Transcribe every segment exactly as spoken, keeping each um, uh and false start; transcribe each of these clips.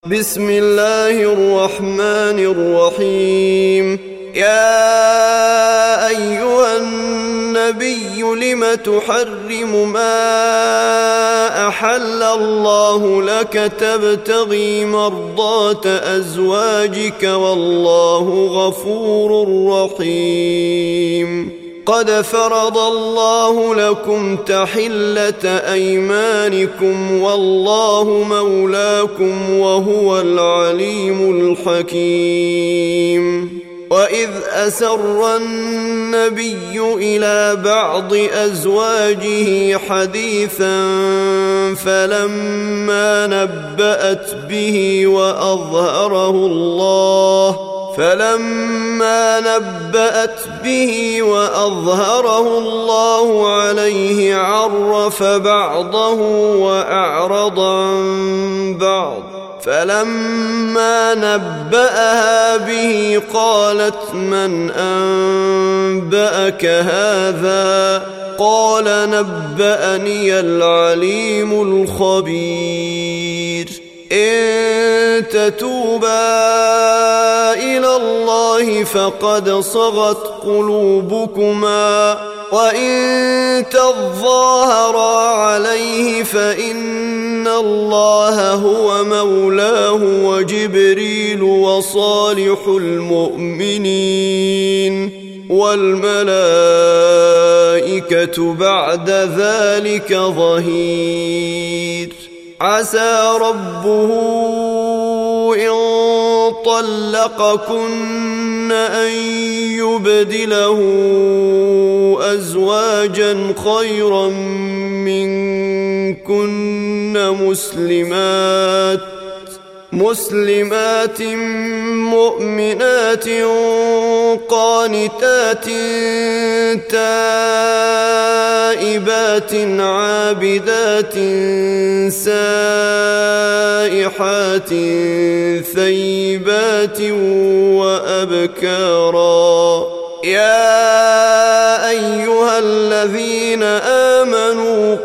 بسم الله الرحمن الرحيم. يا أيها النبي لم تحرم ما أحل الله لك تبتغي مرضات أزواجك والله غفور رحيم. قد فرض الله لكم تحلة أيمانكم والله مولاكم وهو العليم الحكيم. وإذ أسر النبي إلى بعض أزواجه حديثا فلما نبأت به وأظهره الله فلما نبأت به وأظهره الله عليه عرف بعضه وأعرض عن بعض. فلما نبأها به قالت من أنبأك هذا؟ قال نبأني العليم الخبير. إن تتوبا إلى الله فقد صغت قلوبكما وإن تظاهرا عليه فإن الله هو مولاه وجبريل وصالح المؤمنين والملائكة بعد ذلك ظهير. عسى ربه إن طلقكن أن يبدله أزواجا خيرا منكن مسلمات مسلمات مؤمنات قانتات تائبات عابدات سائحات ثيبات وأبكارا. يا أيها الذين آمنوا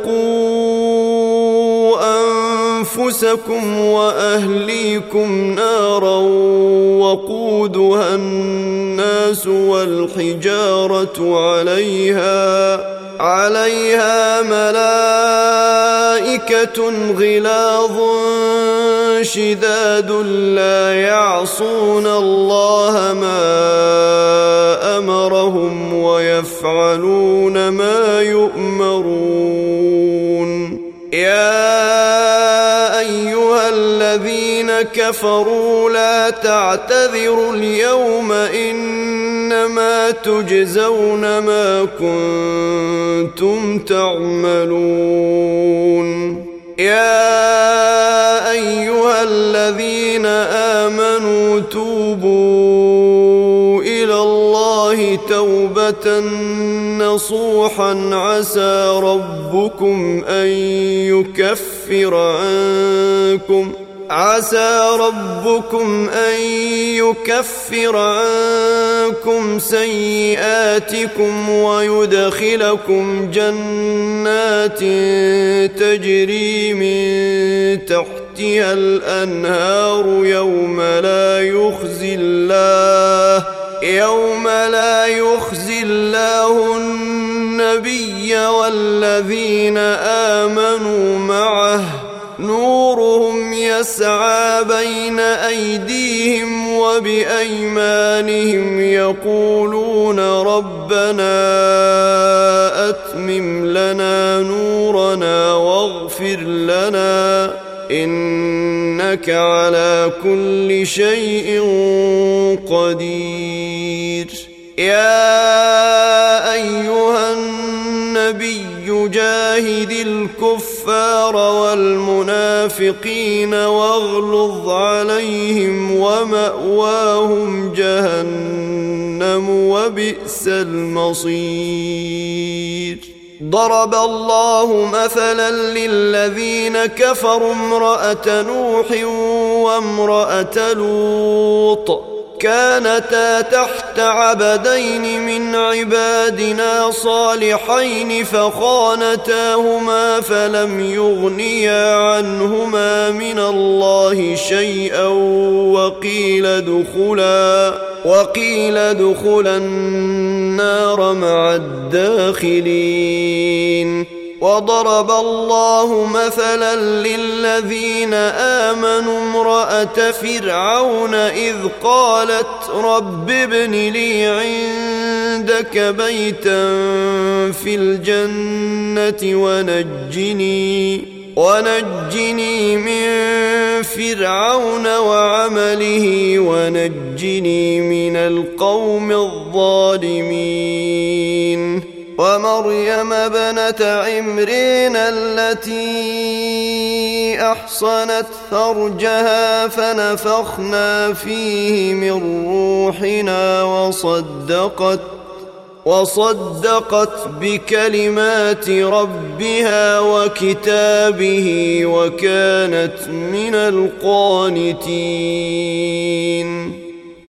قوا أنفسكم وأهليكم نارا وقودها الناس والحجارة عليها عليها ملائكة غلاظ شداد لا يعصون الله ما أمرهم ويفعلون ما يؤمرون. يا أيها الذين كفروا لا تعتذروا اليوم إنما تجزون ما كنتم تعملون. يا أيها الذين آمنوا توبوا إلى الله توبة نصوحا عسى ربكم أن يكفر عنكم عسى ربكم أن يكفر عنكم سيئاتكم ويدخلكم جنات تجري من تحتها الأنهار يوم لا يخزي الله يوم لا يخزي الله النبي والذين آمنوا معه نورهم يسعى بين أيديهم وبأيمانهم يقولون ربنا أتمم لنا نورنا واغفر لنا إنك على كل شيء قدير. يا أيها النبي جاهد الكفار والمنافقين واغلظ عليهم ومأواهم جهنم وبئس المصير. ضرب الله مثلا للذين كفروا امرأة نوح وامرأة لوط كانتا تحت عبدين من عبادنا صالحين فخانتاهما فلم يغنيا عنهما من الله شيئا وقيل ادخلا وقيل ادخلا النار مع الداخلين. وضرب الله مثلا للذين آمنوا امرأة فرعون إذ قالت رب ابن لي عندك بيتا في الجنة ونجني ونجني من فرعون وعمله ونجني من القوم الظالمين. ومريم ابنة عمران التي أحصنت فرجها فنفخنا فيه من روحنا وصدقت وصدقت بكلمات ربها وكتابه وكانت من القانتين.